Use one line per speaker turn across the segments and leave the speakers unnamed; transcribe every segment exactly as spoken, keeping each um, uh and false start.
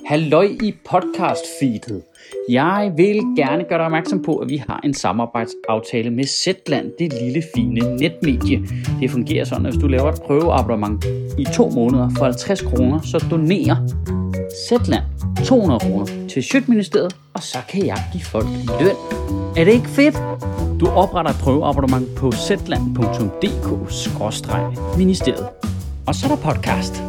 Halløj i podcast-feedet. Jeg vil gerne gøre dig opmærksom på, at vi har en samarbejdsaftale med Zetland, det lille fine netmedie. Det fungerer sådan, at hvis du laver et prøveabonnement i to måneder for halvtreds kroner, så donerer Zetland to hundrede kroner til Sjøtministeriet, og så kan jeg give folk løn. Er det ikke fedt? Du opretter et prøveabonnement på zetland punktum d k skråstreg ministeriet. Og så er der podcast.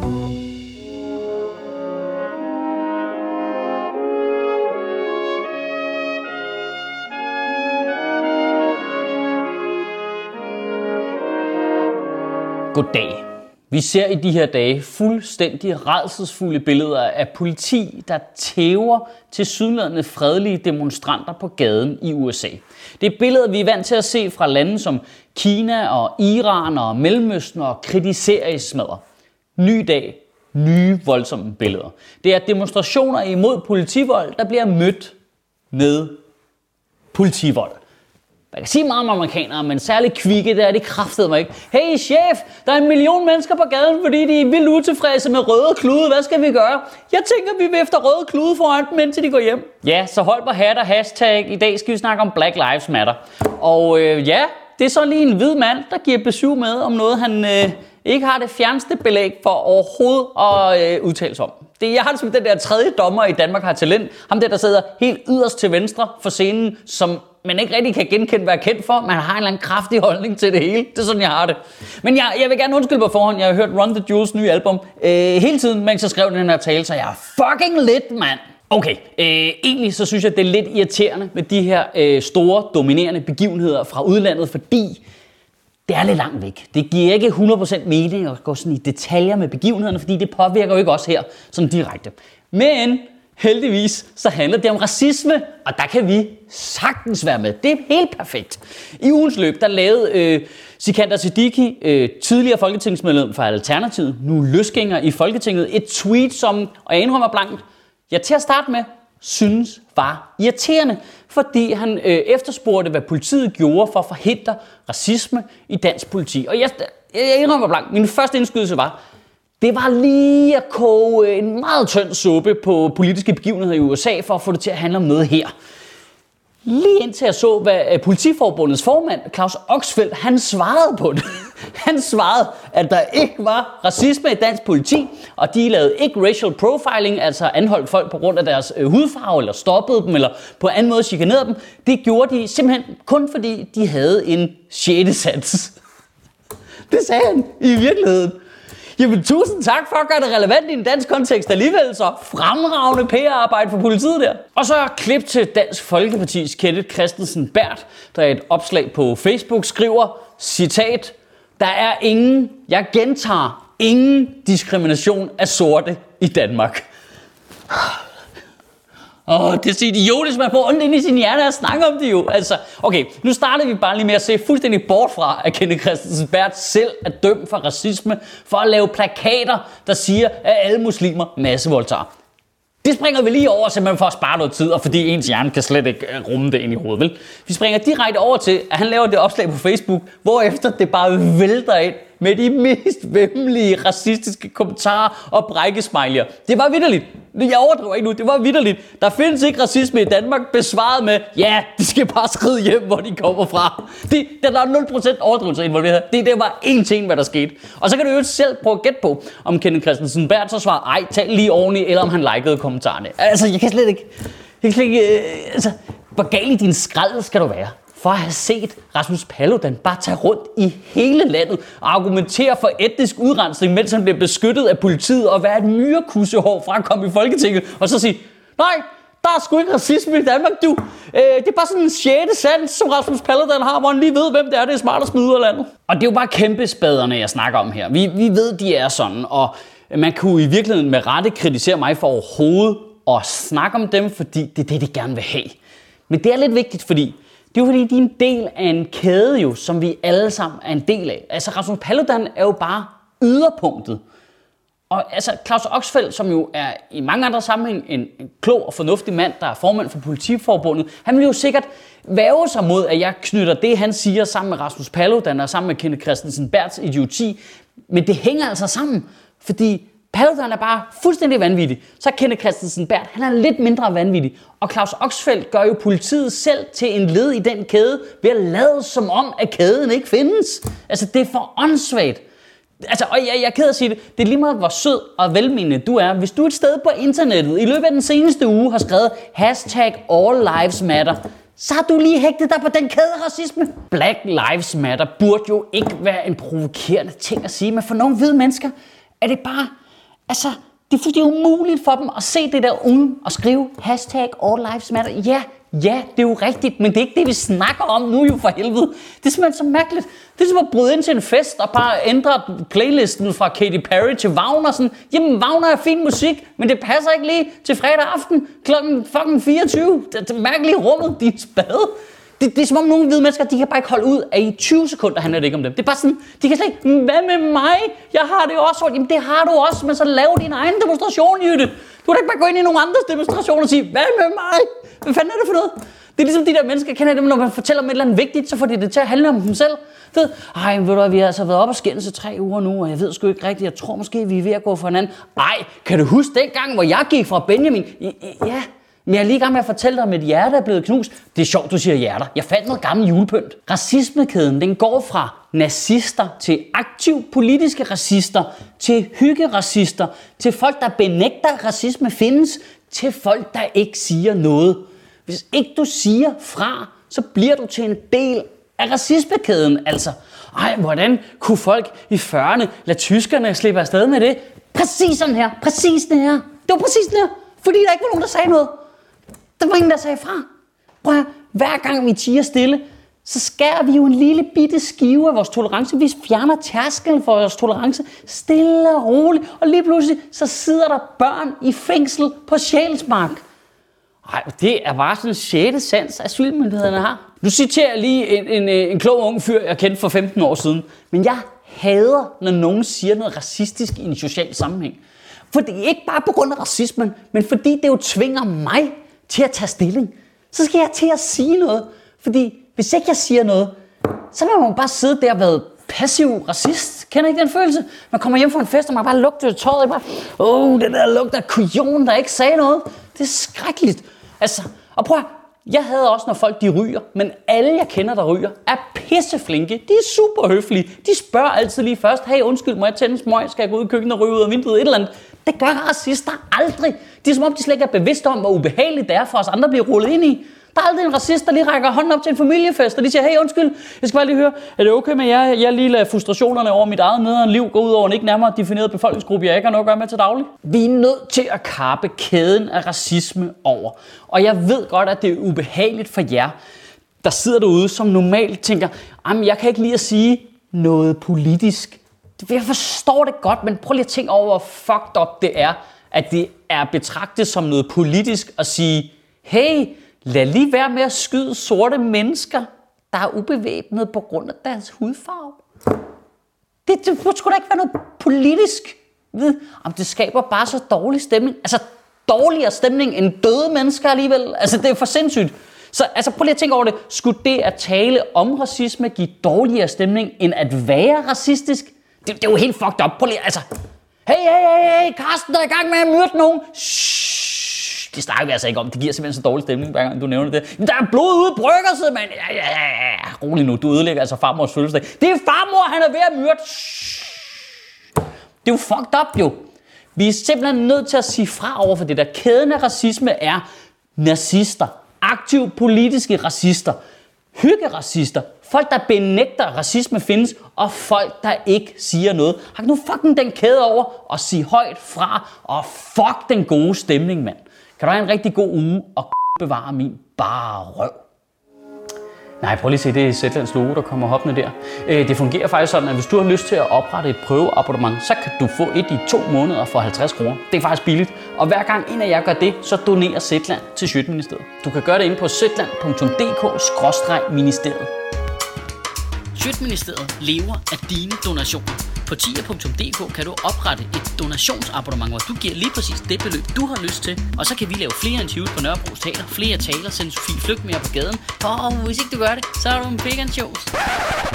Goddag. Vi ser i de her dage fuldstændig rædselsfulde billeder af politi, der tæver til sydlandende fredelige demonstranter på gaden i U S A. Det er billeder, vi er vant til at se fra lande som Kina og Iran og Mellemøsten og kritisere i smadre. Ny dag, nye voldsomme billeder. Det er demonstrationer imod politivold, der bliver mødt med politivold. Jeg kan sige meget om amerikanere, men særligt kvikke, der er det kraftedeme ikke. Hey chef, der er en million mennesker på gaden, fordi de er vildt utilfredse med røde klude. Hvad skal vi gøre? Jeg tænker, vi vil efter røde klude foran dem, indtil de går hjem. Ja, så hold på hat og hashtag. I dag skal vi snakke om Black Lives Matter. Og øh, ja, det er så lige en hvid mand, der giver besøg med om noget, han øh, ikke har det fjerneste belæg for overhovedet at øh, udtale sig om. Det, jeg har det som den der tredje dommer i Danmark har talent. Ham der, der sidder helt yderst til venstre for scenen, som man ikke rigtig kan genkende, være kendt for. Man har en eller anden kraftig holdning til det hele. Det er sådan, jeg har det. Men jeg, jeg vil gerne undskylde på forhånd. Jeg har hørt Run the Jewels nye album øh, hele tiden, mens jeg skrev den her tale, så jeg er fucking lit, mand. Okay, øh, egentlig så synes jeg, det er lidt irriterende med de her øh, store, dominerende begivenheder fra udlandet, fordi det er lidt langt væk. Det giver ikke hundrede procent mening at gå sådan i detaljer med begivenhederne, fordi det påvirker jo ikke os her sådan direkte. Men heldigvis så handler det om racisme, og der kan vi sagtens være med. Det er helt perfekt. I ugens løb, der lavede øh, Sikandar Siddiqui, øh, tidligere folketingsmedlem for Alternativet, nu løsgænger i Folketinget, et tweet, som, og jeg indrømmer blankt, jeg til at starte med synes var irriterende, fordi han øh, efterspurgte, hvad politiet gjorde for at forhindre racisme i dansk politi. Og jeg, jeg indrømmer blankt, min første indskydelse var, det var lige at koge en meget tynd suppe på politiske begivenheder i U S A for at få det til at handle om noget her. Lige indtil jeg så, hvad Politiforbundets formand, Claus Oxfeldt, han svarede på det. Han svarede, at der ikke var racisme i dansk politi, og de lavede ikke racial profiling, altså anholdt folk på grund af deres hudfarve, eller stoppede dem, eller på anden måde chikanerede dem. Det gjorde de simpelthen kun fordi, de havde en sjette sans. Det sagde han i virkeligheden. Jamen, tusind tak for at gøre det relevant i en dansk kontekst alligevel, så fremragende P R-arbejde for politiet der. Og så klip til Dansk Folkepartis Kenneth Kristensen Berth, der i et opslag på Facebook skriver, citat, der er ingen, jeg gentager, ingen diskrimination af sorte i Danmark. Åh, oh, det er så idiotisk, man får ondt ind i sin hjerne at snakke om det jo. Altså, okay, nu starter vi bare lige med at se fuldstændig bort fra, at Kenneth Kristensen Berth selv er dømt for racisme, for at lave plakater, der siger, at alle muslimer massevoldtager. Det springer vi lige over, simpelthen for at spare noget tid, og fordi ens hjerne kan slet ikke rumme det ind i hovedet, vel? Vi springer direkte over til, at han laver det opslag på Facebook, hvorefter det bare vælter ind med de mest væmmelige, racistiske kommentarer og brækkesmiley'er. Det var vitterligt. Jeg overdriver ikke nu. Det var vitterligt. Der findes ikke racisme i Danmark, besvaret med, ja, de skal bare skride hjem, hvor de kommer fra. Det, der er nul procent overdrivelse involveret. Det, det var én ting, hvad der skete. Og så kan du jo selv prøve at gætte på, om Kenneth Kristensen Berth så svarer, ej, tal lige ordentligt, eller om han likede kommentarerne. Altså, jeg kan slet ikke... Jeg kan slet ikke... Øh, altså, hvor gal i din skrald skal du være for at have set Rasmus Paludan bare tage rundt i hele landet og argumentere for etnisk udrensning, mens han bliver beskyttet af politiet og være et myrekussehår fra at komme i Folketinget, og så sige, nej, der er sgu ikke racisme i Danmark, du. Øh, det er bare sådan en sjette sans, som Rasmus Paludan har, hvor han lige ved, hvem det er, det er smart at smide ud af landet. Og det er jo bare kæmpe spaderne, jeg snakker om her. Vi, vi ved, de er sådan, og man kunne i virkeligheden med rette kritisere mig for overhovedet at snakke om dem, fordi det er det, de gerne vil have. Men det er lidt vigtigt, fordi det er jo fordi, de er en del af en kæde, jo, som vi alle sammen er en del af. Altså, Rasmus Paludan er jo bare yderpunktet. Og altså, Claus Oxfeldt, som jo er i mange andre sammenhæng en, en klog og fornuftig mand, der er formand for Politiforbundet, han vil jo sikkert væve sig mod, at jeg knytter det, han siger, sammen med Rasmus Paludan og sammen med Kenneth Kristensen Berths idioti. Men det hænger altså sammen, fordi Paludan er bare fuldstændig vanvittig. Så er Kenneth Kristensen Berth, han er lidt mindre vanvittig. Og Claus Oxfeldt gør jo politiet selv til en led i den kæde, ved at lade som om, at kæden ikke findes. Altså, det er for åndssvagt. Altså, og jeg, jeg er ked af at sige det. Det er lige meget, hvor sød og velmenende du er. Hvis du et sted på internettet i løbet af den seneste uge har skrevet hashtag All Lives Matter, så har du lige hægtet dig på den kæde racisme. Black Lives Matter burde jo ikke være en provokerende ting at sige, men for nogle hvide mennesker er det bare, altså, det er fuldstændig umuligt for dem at se det der uden at skrive hashtag All Lives Matter. Ja, ja, det er jo rigtigt, men det er ikke det, vi snakker om nu jo for helvede. Det er simpelthen så mærkeligt. Det er som at bryde ind til en fest og bare ændre playlisten fra Katy Perry til Wagner. Sådan, jamen, Wagner er fin musik, men det passer ikke lige til fredag aften klokken fucking fireogtyve. Det er mærkeligt rummet, de er spade. Det, det er som om nogle hvide mennesker, de kan bare ikke holde ud, at i tyve sekunder handler det ikke om dem. Det er bare sådan, de kan slet ikke, hvad med mig? Jeg har det også. Jamen det har du også, men så lav din egen demonstration, Jytte. Du kan da ikke bare gå ind i nogle andres demonstrationer og sige, hvad med mig? Hvad fanden er det for noget? Det er ligesom de der mennesker, kender dem, når man fortæller om et eller andet vigtigt, så får de det til at handle om dem selv. Du ved, ej, ved du hvad, vi har altså været op og skændes i tre uger nu, og jeg ved sgu ikke rigtigt, jeg tror måske, vi er ved at gå for hinanden. Ej, kan du huske den gang, hvor jeg gik fra Benjamin? Ja. Men jeg er lige i gang med at fortælle dig, om et hjerte er blevet knust. Det er sjovt, du siger hjerter. Jeg fandt noget gammel julepynt. Racismekæden, den går fra nazister til aktiv politiske racister, til hyggeracister, til folk, der benægter, at racisme findes, til folk, der ikke siger noget. Hvis ikke du siger fra, så bliver du til en del af racismekæden. Altså, ej, hvordan kunne folk i fyrrerne lade tyskerne slippe afsted med det? Præcis sådan her. Præcis det her. Det var præcis det her. Fordi der ikke var nogen, der sagde noget. Der var ingen, der sagde fra. Prøv at, hver gang vi tiger stille, så skærer vi jo en lille bitte skive af vores tolerance. Vi fjerner tærskelen for vores tolerance stille og roligt. Og lige pludselig, så sidder der børn i fængsel på Sjælsmark. Ej, det er bare sådan en sjette sans, asylmyndighederne har. Nu citerer jeg lige en, en, en klog ung fyr, jeg kendte for femten år siden. Men jeg hader, når nogen siger noget racistisk i en social sammenhæng. For det er ikke bare på grund af racismen, men fordi det jo tvinger mig til at tage stilling. Så skal jeg til at sige noget. Fordi hvis ikke jeg siger noget, så vil man bare sidde der og være passiv racist. Kender ikke den følelse? Man kommer hjem fra en fest, og man bare lugter tøjet. Og bare, åh, oh, det der lugter af kujon, der ikke sagde noget. Det er skrækkeligt. Altså, og prøv at, jeg hader også, når folk de ryger, men alle jeg kender, der ryger, er pisseflinke. De er super høflige. De spørger altid lige først, hey, undskyld, må jeg tænde en smøg? Skal jeg gå ud i køkkenet og ryge ud af vinduet? Et eller andet. Det gør racister aldrig. Det er som om, de slet ikke er bevidste om, hvor ubehageligt det er for os andre at blive rullet ind i. Der er aldrig en racist, der lige rækker hånden op til en familiefest, og de siger, hey, undskyld, jeg skal bare lige høre, er det okay med jer? Jeg lige lader frustrationerne over mit eget nederen liv gå ud over en ikke nærmere defineret befolkningsgruppe, jeg ikke har noget at gøre med til daglig. Vi er nødt til at kappe kæden af racisme over. Og jeg ved godt, at det er ubehageligt for jer, der sidder derude, som normalt tænker, jamen, jeg kan ikke lide at sige noget politisk. Jeg forstår det godt, men prøv lige at tænke over, hvor fucked up det er, at det er betragtet som noget politisk at sige, hey, lad lige være med at skyde sorte mennesker, der er ubevæbnet på grund af deres hudfarve. Det, det burde sgu da ikke være noget politisk. Jamen, det skaber bare så dårlig stemning. Altså, dårligere stemning end døde mennesker alligevel. Altså, det er for sindssygt. Så altså, prøv lige at tænke over det. Skulle det at tale om racisme give dårligere stemning end at være racistisk? Det, det er jo helt fucked up. Prøv lige, altså. Hey, hey, hey, hey, Carsten, der er i gang med at myrde nogen. Shhh, det snakker vi altså ikke om. Det giver simpelthen så dårlig stemning, hver gang du nævner det. Men der er blod ude i bryggerset, mand. Ja, ja, ja, ja. Rolig nu, du ødelægger altså farmors fødselsdag. Det er farmor, han er ved at myrde. Shhh. Det er jo fucked up, jo. Vi er simpelthen nødt til at sige fra over for det der. Kæden af racisme er nazister, aktive politiske racister, hyggeracister, folk, der benægter, at racisme findes, og folk, der ikke siger noget. Hak nu fucking den kæde over og sig højt fra, og fuck den gode stemning, mand. Kan du have en rigtig god uge, og bevare min bare røv. Nej, prøv lige at se, det er Zetlands logo, der kommer hoppende der. Det fungerer faktisk sådan, at hvis du har lyst til at oprette et prøveabonnement, så kan du få et i to måneder for halvtreds kroner. Det er faktisk billigt. Og hver gang en af jer gør det, så donerer Zetland til Sjøtministeriet. Du kan gøre det inde på zetland punktum d k skråstreg ministeriet.
Sjøtministeriet lever af dine donationer. På tier punktum d k kan du oprette et donationsabonnement, hvor du giver lige præcis det beløb, du har lyst til. Og så kan vi lave flere interviews på Nørrebros Teater, flere taler, sende Sofie Flygt mere på gaden. Og hvis ikke du gør det, så er du en big and shows.